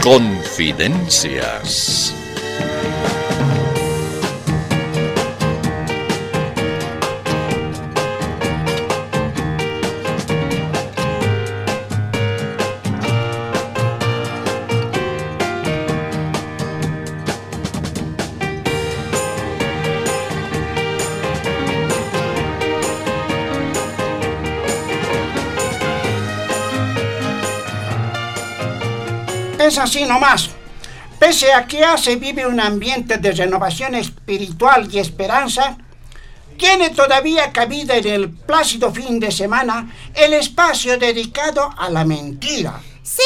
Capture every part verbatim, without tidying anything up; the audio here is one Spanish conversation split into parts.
Confidencias. Es así nomás. Pese a que ya se vive un ambiente de renovación espiritual y esperanza, tiene todavía cabida en el plácido fin de semana el espacio dedicado a la mentira.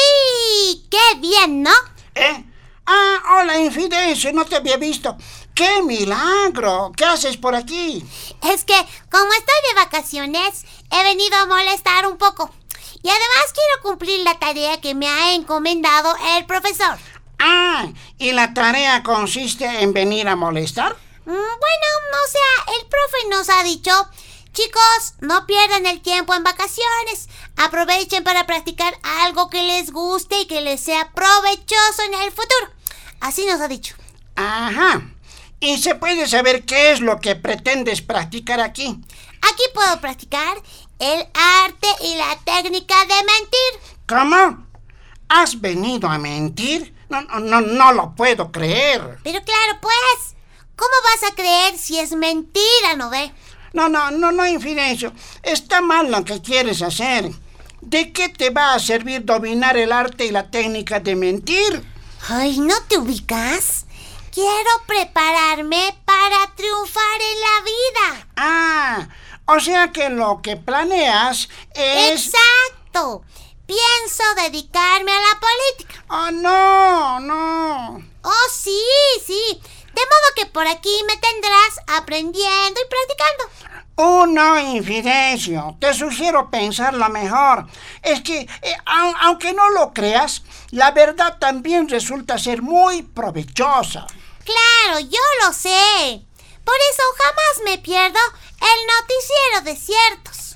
¡Sí! ¡Qué bien!, ¿no? ¿Eh? Ah, hola, Infidencio, no te había visto. ¡Qué milagro! ¿Qué haces por aquí? Es que, como estoy de vacaciones, he venido a molestar un poco. Y además quiero cumplir la tarea que me ha encomendado el profesor. Ah, ¿y la tarea consiste en venir a molestar? Mm, bueno, o sea, el profe nos ha dicho: chicos, no pierdan el tiempo en vacaciones. Aprovechen para practicar algo que les guste y que les sea provechoso en el futuro. Así nos ha dicho. Ajá. ¿Y se puede saber qué es lo que pretendes practicar aquí? Aquí puedo practicar el arte y la técnica de mentir. ¿Cómo? ¿Has venido a mentir? No, no, no, no lo puedo creer. Pero claro, pues, ¿cómo vas a creer si es mentira, no ve? No, no, no, no, Infidencio. Está mal lo que quieres hacer. ¿De qué te va a servir dominar el arte y la técnica de mentir? Ay, ¿no te ubicas? Quiero prepararme para triunfar en la vida. Ah, o sea que lo que planeas es... ¡Exacto! Pienso dedicarme a la política. ¡Oh, no, no! ¡Oh, sí, sí! De modo que por aquí me tendrás aprendiendo y practicando. Oh, no, Infidencio. Te sugiero pensarlo mejor. Es que, eh, a- aunque no lo creas, la verdad también resulta ser muy provechosa. Claro, yo lo sé. Por eso jamás me pierdo el noticiero de ciertos.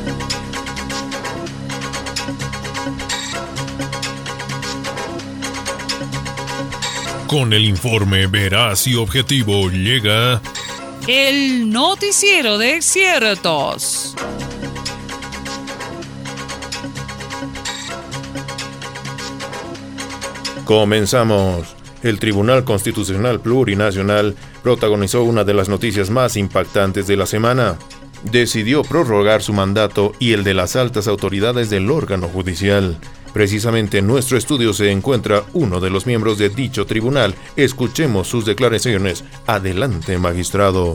Con el informe veraz y objetivo llega El noticiero de ciertos. Comenzamos. El Tribunal Constitucional Plurinacional protagonizó una de las noticias más impactantes de la semana. Decidió prorrogar su mandato y el de las altas autoridades del órgano judicial. Precisamente en nuestro estudio se encuentra uno de los miembros de dicho tribunal. Escuchemos sus declaraciones. Adelante, magistrado.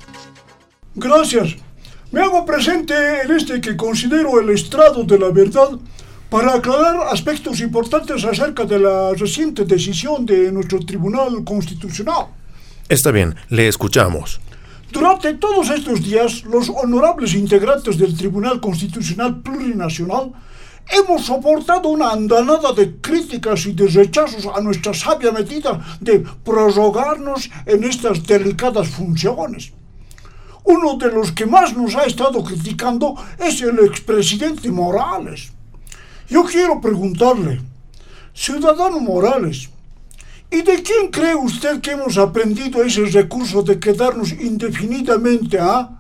Gracias. Me hago presente en este que considero el estrado de la verdad para aclarar aspectos importantes acerca de la reciente decisión de nuestro Tribunal Constitucional. Está bien, le escuchamos. Durante todos estos días, los honorables integrantes del Tribunal Constitucional Plurinacional hemos soportado una andanada de críticas y de rechazos a nuestra sabia medida de prorrogarnos en estas delicadas funciones. Uno de los que más nos ha estado criticando es el expresidente Morales. Yo quiero preguntarle, ciudadano Morales, ¿y de quién cree usted que hemos aprendido ese recurso de quedarnos indefinidamente, ah?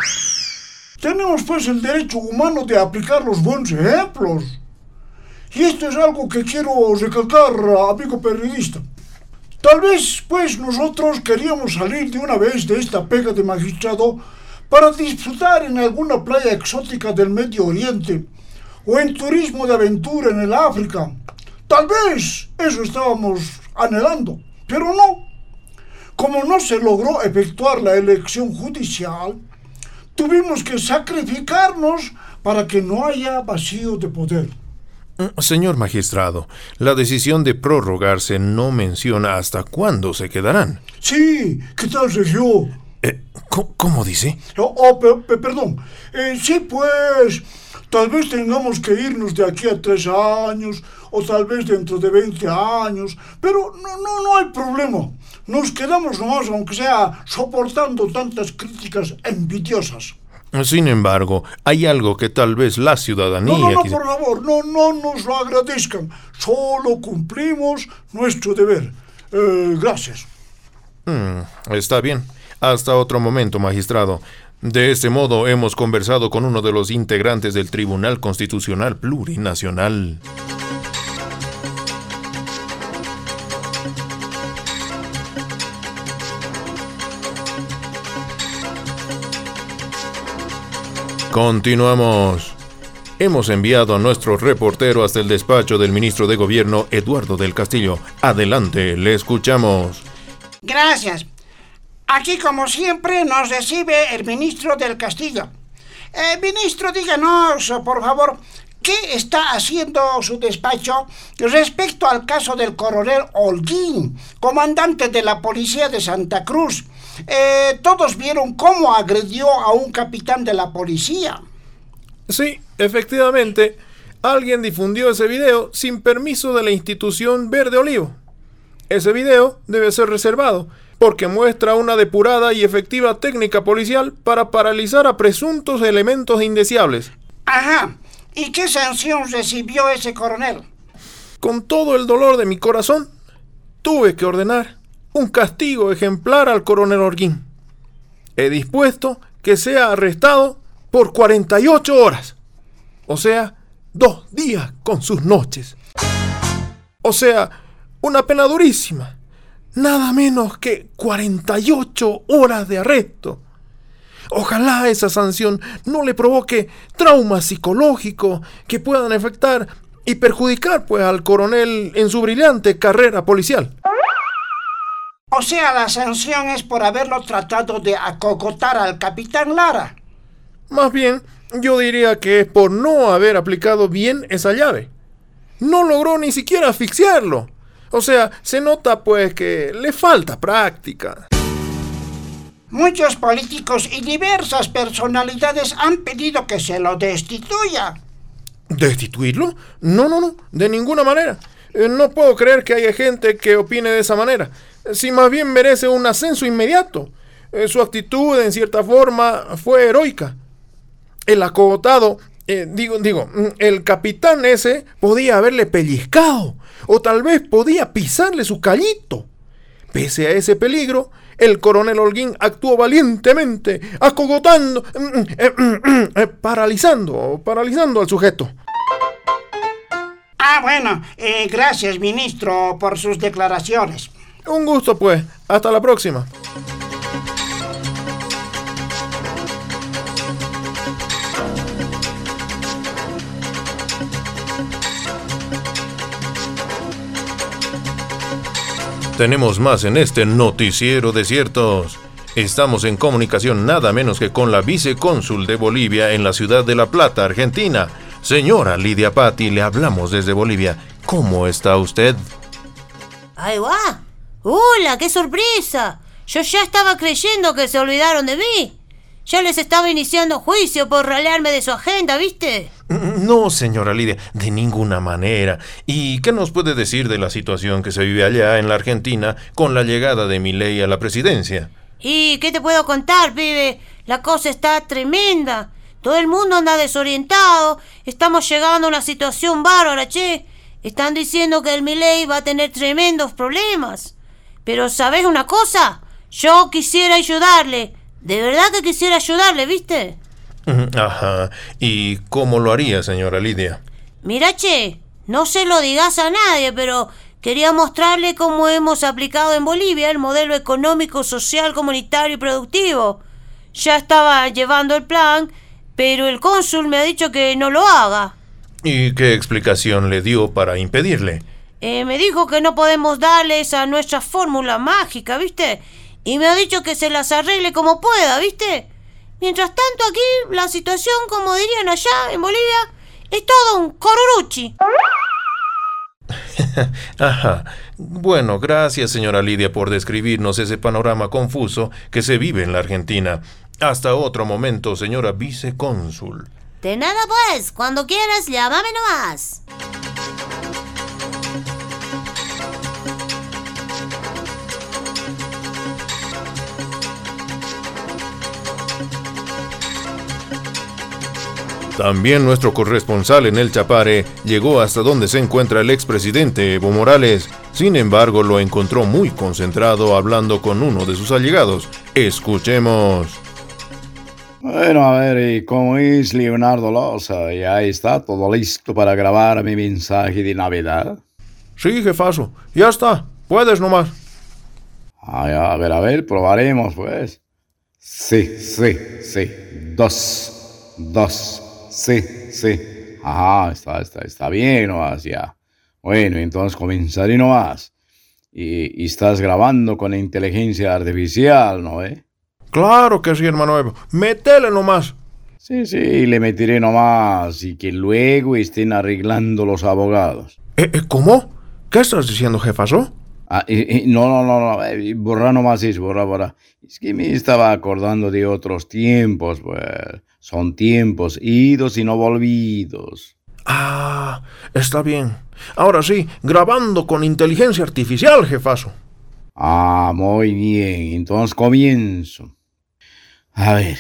Tenemos pues el derecho humano de aplicar los buenos ejemplos. Y esto es algo que quiero recalcar, amigo periodista. Tal vez pues nosotros queríamos salir de una vez de esta pega de magistrado para disfrutar en alguna playa exótica del Medio Oriente o en turismo de aventura en el África. Tal vez eso estábamos anhelando, pero no. Como no se logró efectuar la elección judicial, tuvimos que sacrificarnos para que no haya vacío de poder. Señor magistrado, la decisión de prorrogarse no menciona hasta cuándo se quedarán. Sí, ¿qué tal, Sergio? Eh, ¿cómo, ¿Cómo dice? Oh, oh, pe- pe- perdón. Eh, sí, pues, tal vez tengamos que irnos de aquí a tres años, o tal vez dentro de veinte años, pero no, no, no hay problema. Nos quedamos nomás, aunque sea soportando tantas críticas envidiosas. Sin embargo, hay algo que tal vez la ciudadanía... No, no, no, quisi- por favor, no, no nos lo agradezcan. Solo cumplimos nuestro deber. Eh, gracias. Mm, está bien. Hasta otro momento, magistrado. De este modo hemos conversado con uno de los integrantes del Tribunal Constitucional Plurinacional. Continuamos. Hemos enviado a nuestro reportero hasta el despacho del ministro de Gobierno, Eduardo del Castillo. Adelante, le escuchamos. Gracias. Aquí, como siempre, nos recibe el ministro del Castillo. Eh, ministro, díganos, por favor, ¿qué está haciendo su despacho respecto al caso del coronel Holguín, comandante de la policía de Santa Cruz? Eh, todos vieron cómo agredió a un capitán de la policía. Sí, efectivamente, alguien difundió ese video sin permiso de la institución Verde Olivo. Ese video debe ser reservado, porque muestra una depurada y efectiva técnica policial para paralizar a presuntos elementos indeseables. Ajá. ¿Y qué sanción recibió ese coronel? Con todo el dolor de mi corazón, tuve que ordenar un castigo ejemplar al coronel Holguín. He dispuesto que sea arrestado por cuarenta y ocho horas. O sea, dos días con sus noches. O sea, una pena durísima. Nada menos que cuarenta y ocho horas de arresto. Ojalá esa sanción no le provoque traumas psicológicos que puedan afectar y perjudicar pues al coronel en su brillante carrera policial. O sea, la sanción es por haberlo tratado de acogotar al capitán Lara. Más bien, yo diría que es por no haber aplicado bien esa llave. No logró ni siquiera asfixiarlo. O sea, se nota pues que le falta práctica. Muchos políticos y diversas personalidades han pedido que se lo destituya. ¿Destituirlo? No, no, no, de ninguna manera. Eh, no puedo creer que haya gente que opine de esa manera. Si más bien merece un ascenso inmediato. Eh, su actitud, en cierta forma, fue heroica. El acogotado, eh, digo, digo, el capitán ese podía haberle pellizcado, o tal vez podía pisarle su callito. Pese a ese peligro, el coronel Holguín actuó valientemente, acogotando, eh, eh, eh, paralizando, paralizando al sujeto. Ah, bueno, eh, gracias, ministro, por sus declaraciones. Un gusto, pues. Hasta la próxima. Tenemos más en este noticiero Desiertos. Estamos en comunicación nada menos que con la vicecónsul de Bolivia en la ciudad de La Plata, Argentina. Señora Lidia Patti, le hablamos desde Bolivia. ¿Cómo está usted? ¡Ahí va! ¡Hola, qué sorpresa! Yo ya estaba creyendo que se olvidaron de mí. Ya les estaba iniciando juicio por ralearme de su agenda, ¿viste? No, señora Lidia, de ninguna manera. ¿Y qué nos puede decir de la situación que se vive allá en la Argentina con la llegada de Milei a la presidencia? ¿Y qué te puedo contar, pibe? La cosa está tremenda. Todo el mundo anda desorientado. Estamos llegando a una situación bárbara, che. Están diciendo que el Milei va a tener tremendos problemas. Pero ¿sabés una cosa? Yo quisiera ayudarle. De verdad que quisiera ayudarle, ¿viste? Ajá. ¿Y cómo lo haría, señora Lidia? Mira, che, no se lo digas a nadie, pero quería mostrarle cómo hemos aplicado en Bolivia el modelo económico, social, comunitario y productivo. Ya estaba llevando el plan, pero el cónsul me ha dicho que no lo haga. ¿Y qué explicación le dio para impedirle? Eh, me dijo que no podemos darle esa nuestra fórmula mágica, ¿viste? Y me ha dicho que se las arregle como pueda, ¿viste? Mientras tanto aquí, la situación, como dirían allá en Bolivia, es todo un coruruchi. Ajá. Bueno, gracias, señora Lidia, por describirnos ese panorama confuso que se vive en la Argentina. Hasta otro momento, señora vicecónsul. De nada pues, cuando quieras, llámame nomás. También nuestro corresponsal en el Chapare llegó hasta donde se encuentra el expresidente Evo Morales. Sin embargo, lo encontró muy concentrado hablando con uno de sus allegados. Escuchemos. Bueno, a ver, ¿y cómo es Leonardo Loza? ¿Ya está todo listo para grabar mi mensaje de Navidad? Sí, jefazo, ya está. Puedes nomás. Ah, ya, a ver, a ver, probaremos, pues. Sí, sí, sí. Dos, dos, sí, sí. Ajá, está, está, está bien nomás, ya. Bueno, entonces comenzaré nomás. Y, y estás grabando con inteligencia artificial, ¿no, eh? Claro que sí, hermano Evo. Métele nomás. Sí, sí, le meteré nomás y que luego estén arreglando los abogados. ¿Eh, eh, ¿Cómo? ¿Qué estás diciendo, jefazo? Ah, eh, eh, no, no, no, no, eh, borra nomás eso, borra, borra. Es que me estaba acordando de otros tiempos, pues. Son tiempos idos y no volvidos. Ah, está bien. Ahora sí, grabando con inteligencia artificial, jefazo. Ah, muy bien, entonces comienzo. A ver,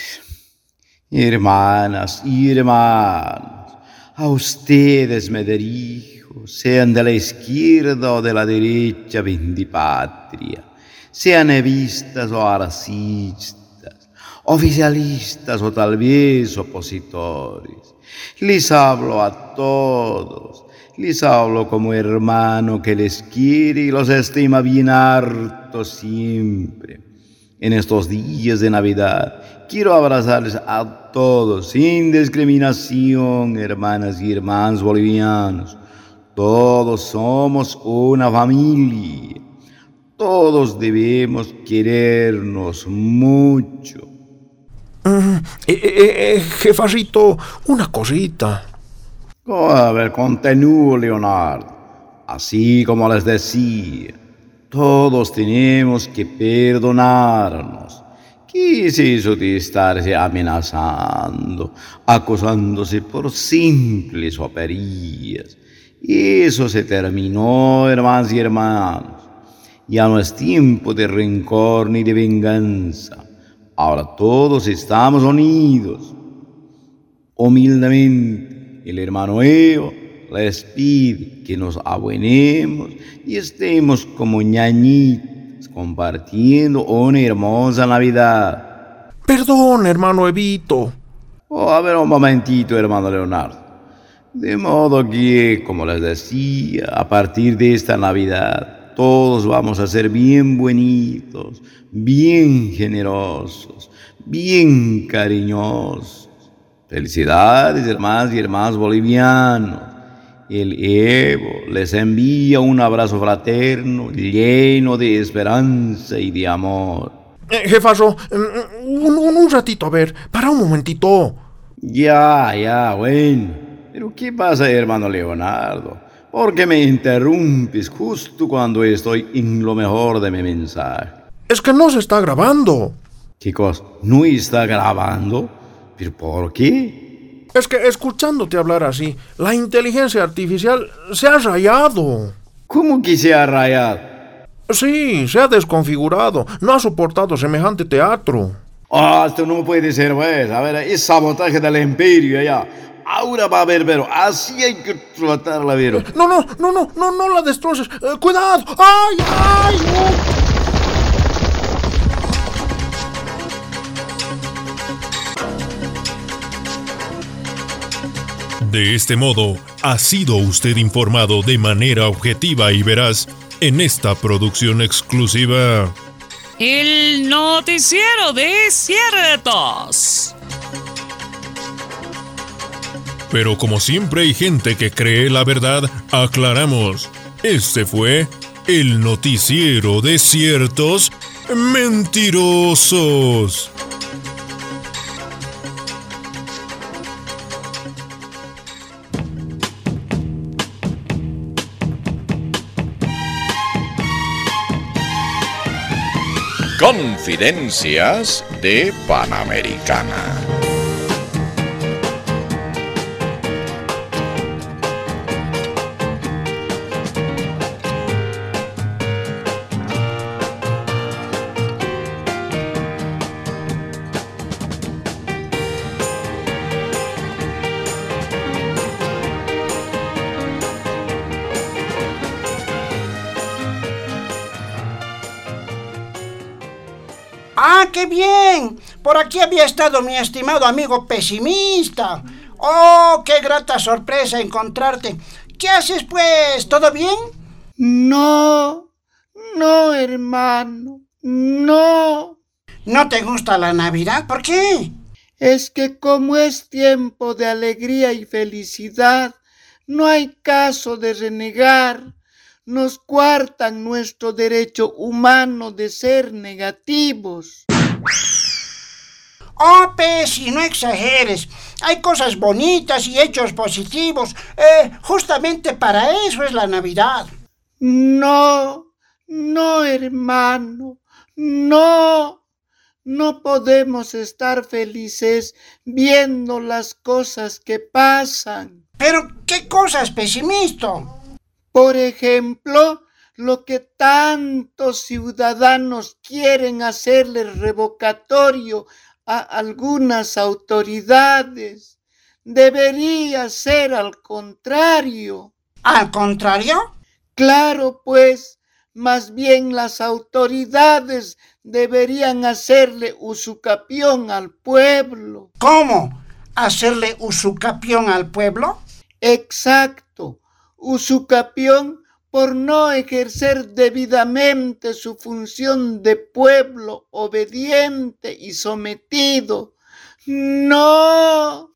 hermanas y hermanos, a ustedes me dirijo, sean de la izquierda o de la derecha vendipatria, sean evistas o arcistas, oficialistas o tal vez opositores. Les hablo a todos, les hablo como hermano que les quiere y los estima bien harto siempre. En estos días de Navidad, quiero abrazarles a todos, sin discriminación, hermanas y hermanos bolivianos. Todos somos una familia. Todos debemos querernos mucho. Mm, eh, eh, eh, jefacito, una cosita. Oh, a ver, continúo, Leonardo. Así como les decía, todos tenemos que perdonarnos. ¿Qué es eso de estarse amenazando, acosándose por simples operías? Eso se terminó, hermanos y hermanos. Ya no es tiempo de rencor ni de venganza. Ahora todos estamos unidos. Humildemente, el hermano Evo les pide que nos abuenemos y estemos como ñañitos compartiendo una hermosa Navidad. Perdón, hermano Evito. Oh, a ver un momentito, hermano Leonardo. De modo que, como les decía, a partir de esta Navidad, todos vamos a ser bien buenitos, bien generosos, bien cariñosos. Felicidades, hermanas y hermanos bolivianos. El Evo les envía un abrazo fraterno, lleno de esperanza y de amor. Eh, jefazo, un, un, un ratito, a ver, para un momentito. Ya, ya, bueno. Pero ¿qué pasa, hermano Leonardo? ¿Por qué me interrumpes justo cuando estoy en lo mejor de mi mensaje? Es que no se está grabando. ¿Qué cosa? ¿No está grabando? ¿Pero por qué? Es que escuchándote hablar así, la inteligencia artificial se ha rayado. ¿Cómo que se ha rayado? Sí, se ha desconfigurado. No ha soportado semejante teatro. Ah, esto no puede ser, pues. A ver, es sabotaje del imperio ya. Ahora va a haber, pero así hay que tratarla, Vero. No, no, no, no, no, no la destroces. Eh, ¡Cuidado! ¡Ay, ay! No. De este modo, ha sido usted informado de manera objetiva y veraz en esta producción exclusiva. El noticiero de ciertos. Pero como siempre hay gente que cree la verdad, aclaramos. Este fue el noticiero de ciertos mentirosos. Confidencias de Panamericana. qué bien! Por aquí había estado mi estimado amigo pesimista. ¡Oh, qué grata sorpresa encontrarte! ¿Qué haces, pues? ¿Todo bien? No, no, hermano, no. ¿No te gusta la Navidad? ¿Por qué? Es que como es tiempo de alegría y felicidad, no hay caso de renegar. Nos coartan nuestro derecho humano de ser negativos. Oh, Pesi, no exageres. Hay cosas bonitas y hechos positivos. Eh, justamente para eso es la Navidad. No, no, hermano, no. No podemos estar felices viendo las cosas que pasan. ¿Pero qué cosas, pesimista? Por ejemplo, lo que tantos ciudadanos quieren hacerle revocatorio a algunas autoridades. Debería ser al contrario. ¿Al contrario? Claro, pues, más bien las autoridades deberían hacerle usucapión al pueblo. ¿Cómo? ¿Hacerle usucapión al pueblo? Exacto, usucapión por no ejercer debidamente su función de pueblo obediente y sometido. ¡No!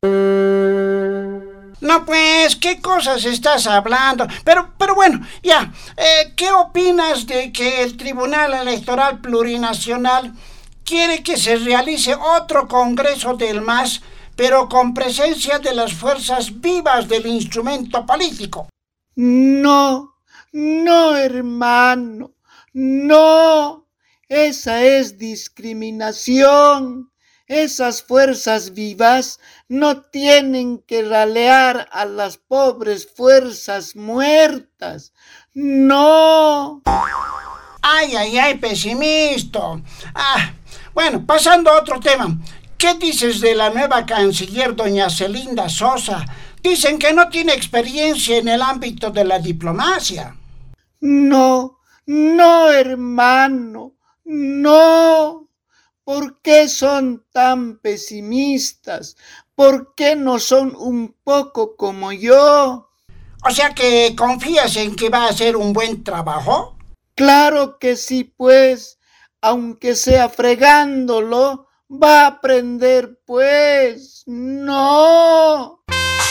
No, pues, ¿qué cosas estás hablando? Pero, pero bueno, ya, eh, ¿qué opinas de que el Tribunal Electoral Plurinacional quiere que se realice otro congreso del M A S, pero con presencia de las fuerzas vivas del instrumento político? No, no, hermano, no. Esa es discriminación. Esas fuerzas vivas no tienen que ralear a las pobres fuerzas muertas. ¡No! ¡Ay, ay, ay, pesimista! Ah, bueno, pasando a otro tema. ¿Qué dices de la nueva canciller, doña Celinda Sosa? Dicen que no tiene experiencia en el ámbito de la diplomacia. No, no, hermano, no. ¿Por qué son tan pesimistas? ¿Por qué no son un poco como yo? O sea que confías en que va a hacer un buen trabajo. Claro que sí, pues, aunque sea fregándolo, va a aprender, pues. No.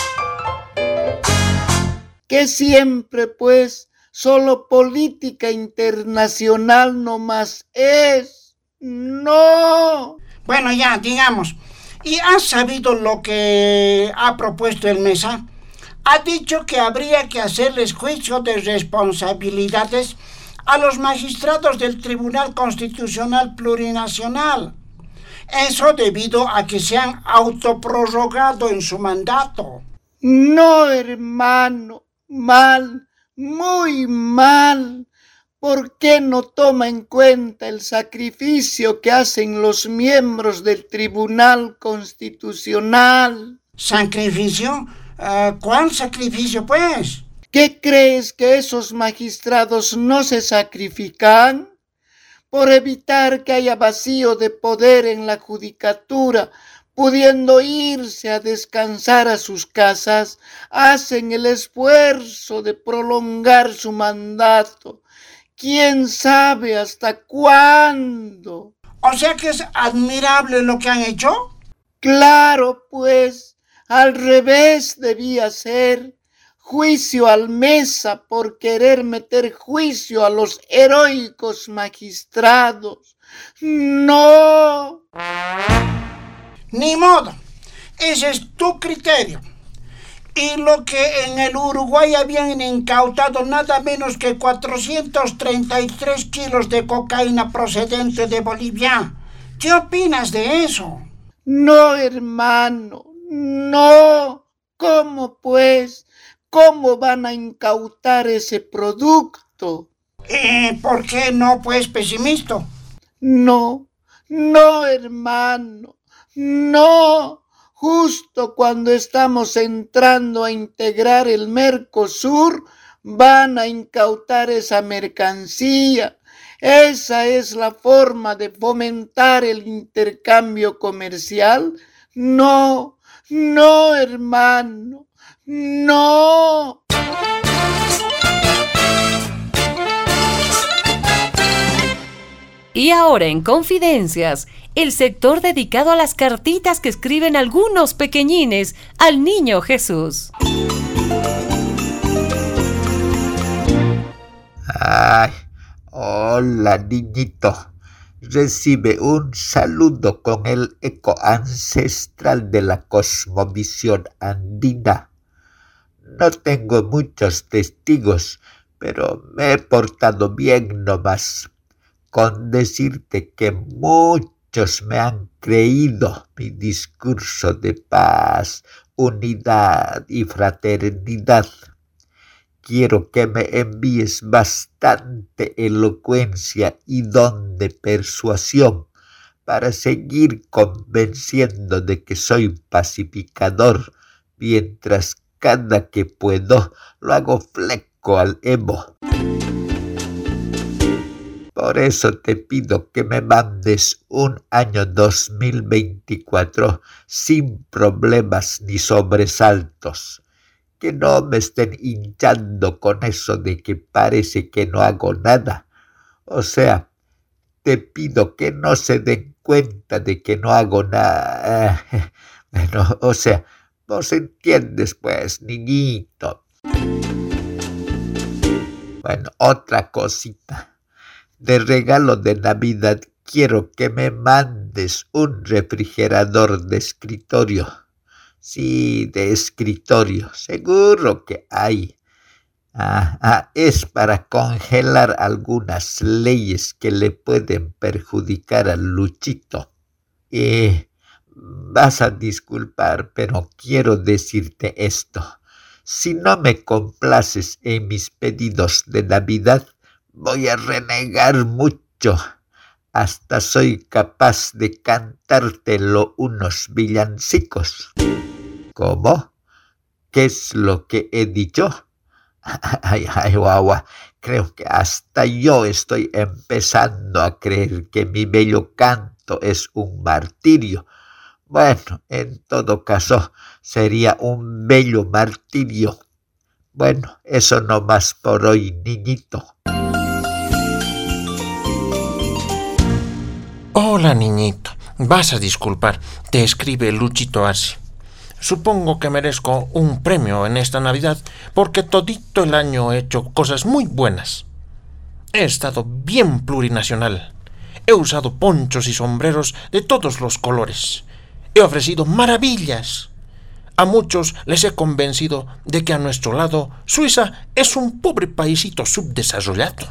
Que siempre, pues, solo política internacional nomás es. ¡No! Bueno, ya, digamos. ¿Y has sabido lo que ha propuesto el Mesa? Ha dicho que habría que hacerles juicio de responsabilidades a los magistrados del Tribunal Constitucional Plurinacional. Eso debido a que se han autoprorrogado en su mandato. No, hermano, mal, muy mal. ¿Por qué no toma en cuenta el sacrificio que hacen los miembros del Tribunal Constitucional? ¿Sacrificio? Uh, ¿Cuál sacrificio, pues? ¿Qué crees que esos magistrados no se sacrifican? Por evitar que haya vacío de poder en la judicatura, pudiendo irse a descansar a sus casas, hacen el esfuerzo de prolongar su mandato. ¿Quién sabe hasta cuándo? O sea que es admirable lo que han hecho. Claro, pues, al revés debía ser. Juicio al Mesa por querer meter juicio a los heroicos magistrados. ¡No! Ni modo. Ese es tu criterio. Y lo que en el Uruguay habían incautado nada menos que cuatrocientos treinta y tres kilos de cocaína procedente de Bolivia. ¿Qué opinas de eso? No, hermano, no. ¿Cómo pues? ¿Cómo van a incautar ese producto? ¿Y por qué no, pues, pesimista? No, no, hermano, no. Justo cuando estamos entrando a integrar el Mercosur, van a incautar esa mercancía. ¿Esa es la forma de fomentar el intercambio comercial? No, no, hermano, no. Y ahora en Confidencias, el sector dedicado a las cartitas que escriben algunos pequeñines al niño Jesús. Ay, hola niñito. Recibe un saludo con el eco ancestral de la cosmovisión andina. No tengo muchos testigos, pero me he portado bien nomás. Con decirte que muchos me han creído mi discurso de paz, unidad y fraternidad. Quiero que me envíes bastante elocuencia y don de persuasión para seguir convenciendo de que soy pacificador, mientras cada que puedo lo hago fleco al emo. Por eso te pido que me mandes un año dos mil veinticuatro sin problemas ni sobresaltos. Que no me estén hinchando con eso de que parece que no hago nada. O sea, te pido que no se den cuenta de que no hago nada. Bueno, o sea, vos entiendes pues, niñito. Bueno, otra cosita. De regalo de Navidad quiero que me mandes un refrigerador de escritorio. Sí, de escritorio, seguro que hay. Ah, ah, es para congelar algunas leyes que le pueden perjudicar al Luchito. Eh, vas a disculpar, pero quiero decirte esto. Si no me complaces en mis pedidos de Navidad, voy a renegar mucho. Hasta soy capaz de cantártelo unos villancicos. ¿Cómo? ¿Qué es lo que he dicho? Ay, ay, guagua, creo que hasta yo estoy empezando a creer que mi bello canto es un martirio. Bueno, en todo caso, sería un bello martirio. Bueno, eso no más por hoy, niñito. Hola, niñito. Vas a disculpar, te escribe Luchito Arce. Supongo que merezco un premio en esta Navidad porque todito el año he hecho cosas muy buenas. He estado bien plurinacional. He usado ponchos y sombreros de todos los colores. He ofrecido maravillas. A muchos les he convencido de que a nuestro lado Suiza es un pobre paisito subdesarrollado.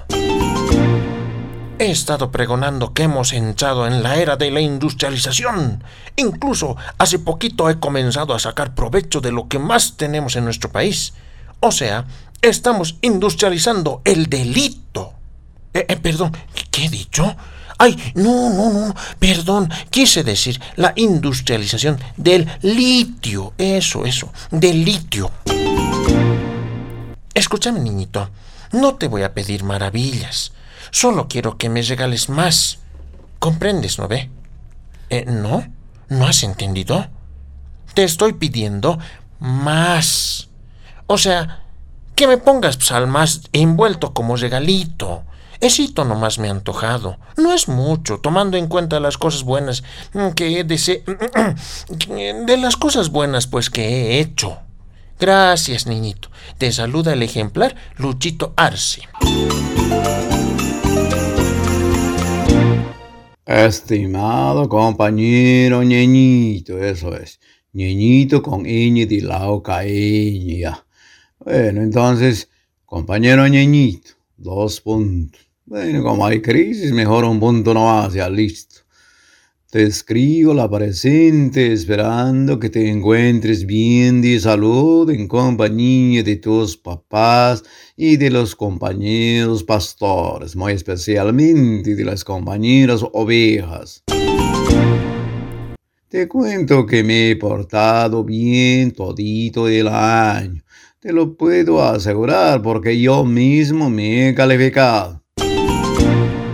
He estado pregonando que hemos entrado en la era de la industrialización. Incluso hace poquito he comenzado a sacar provecho de lo que más tenemos en nuestro país. O sea, estamos industrializando el delito. Eh, eh, perdón, ¿qué he dicho? Ay, no, no, no, perdón, quise decir la industrialización del litio. Eso, eso, del litio. Escúchame, niñito, no te voy a pedir maravillas. Solo quiero que me regales más. ¿Comprendes, no ve? Eh, ¿No? ¿No has entendido? Te estoy pidiendo más. O sea, que me pongas al más envuelto como regalito. Esito nomás me ha antojado. No es mucho, tomando en cuenta las cosas buenas que he dese... de las cosas buenas, pues, que he hecho. Gracias, niñito. Te saluda el ejemplar Luchito Arce. Estimado compañero ñeñito, eso es, ñeñito con ñ de lauca ñ. Bueno, entonces, compañero ñeñito, dos puntos. Bueno, como hay crisis, mejor un punto no más, ya listo. Te escribo la presente esperando que te encuentres bien de salud en compañía de tus papás y de los compañeros pastores, muy especialmente de las compañeras ovejas. Te cuento que me he portado bien todito el año. Te lo puedo asegurar porque yo mismo me he calificado.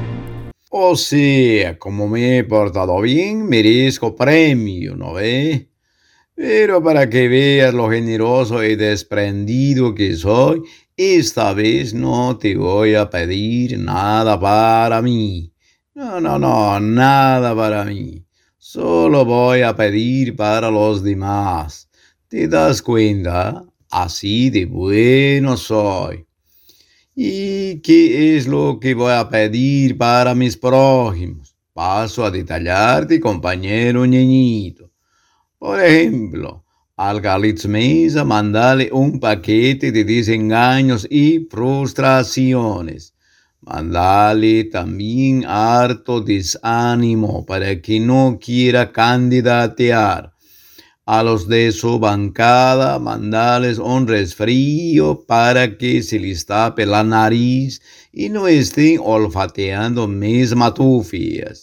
O sea, como me he portado bien, merezco premio, ¿no ve? Pero para que veas lo generoso y desprendido que soy, esta vez no te voy a pedir nada para mí. No, no, no, nada para mí. Solo voy a pedir para los demás. ¿Te das cuenta? Así de bueno soy. ¿Y qué es lo que voy a pedir para mis prójimos? Paso a detallarte, compañero ñeñito. Por ejemplo, al Galitz Mesa mandale un paquete de desengaños y frustraciones. Mandale también harto desánimo para que no quiera candidatear. A los de su bancada, mandales un resfrío para que se les tape la nariz y no estén olfateando mis matufias.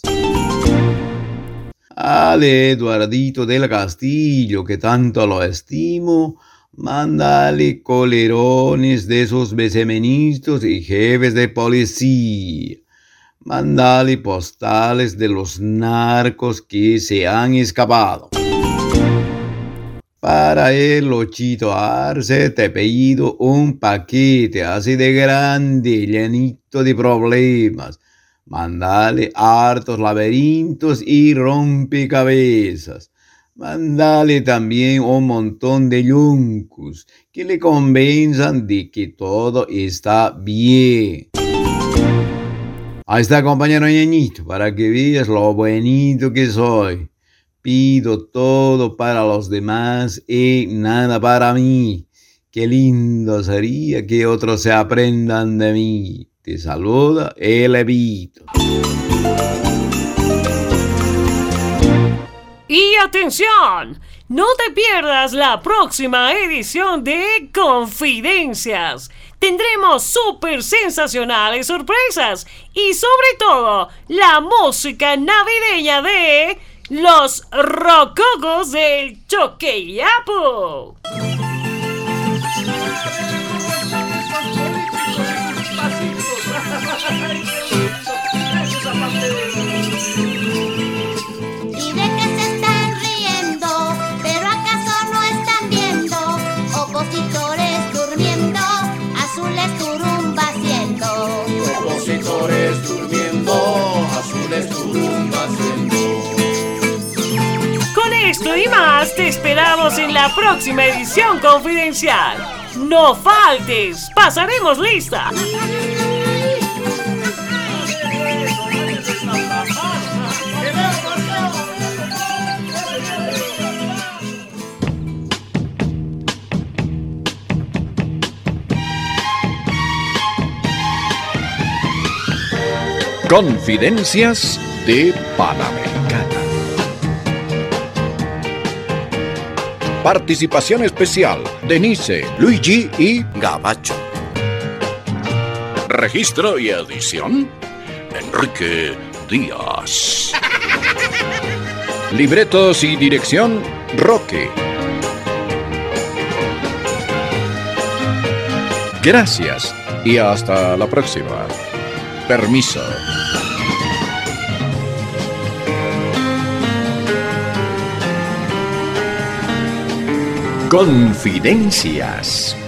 Al Eduardito del Castillo, que tanto lo estimo, mándale colerones de sus viceministros y jefes de policía. Mándale postales de los narcos que se han escapado. Para el Lochito Arce te he pedido un paquete así de grande, llenito de problemas. Mándale hartos laberintos y rompecabezas. Mándale también un montón de yuncos que le convenzan de que todo está bien. Ahí está, compañero ñeñito, para que veas lo buenito que soy. Pido todo para los demás y nada para mí. Qué lindo sería que otros se aprendan de mí. Te saluda el Evito. Y atención, no te pierdas la próxima edición de Confidencias. Tendremos súper sensacionales sorpresas y sobre todo la música navideña de los Rococos del Choqueyapo. ¿Y de qué se están riendo? ¿Pero acaso no están viendo? Opositores durmiendo, azules turumba haciendo. Opositores durmiendo, azules turumba haciendo. Con esto y más te esperamos en la próxima edición confidencial. No faltes, pasaremos lista. Confidencias de Panamericana. Participación especial: Denise, Luigi y Gabacho. Registro y edición: Enrique Díaz. Libretos y dirección: Roque. Gracias y hasta la próxima. Permiso. Confidencias.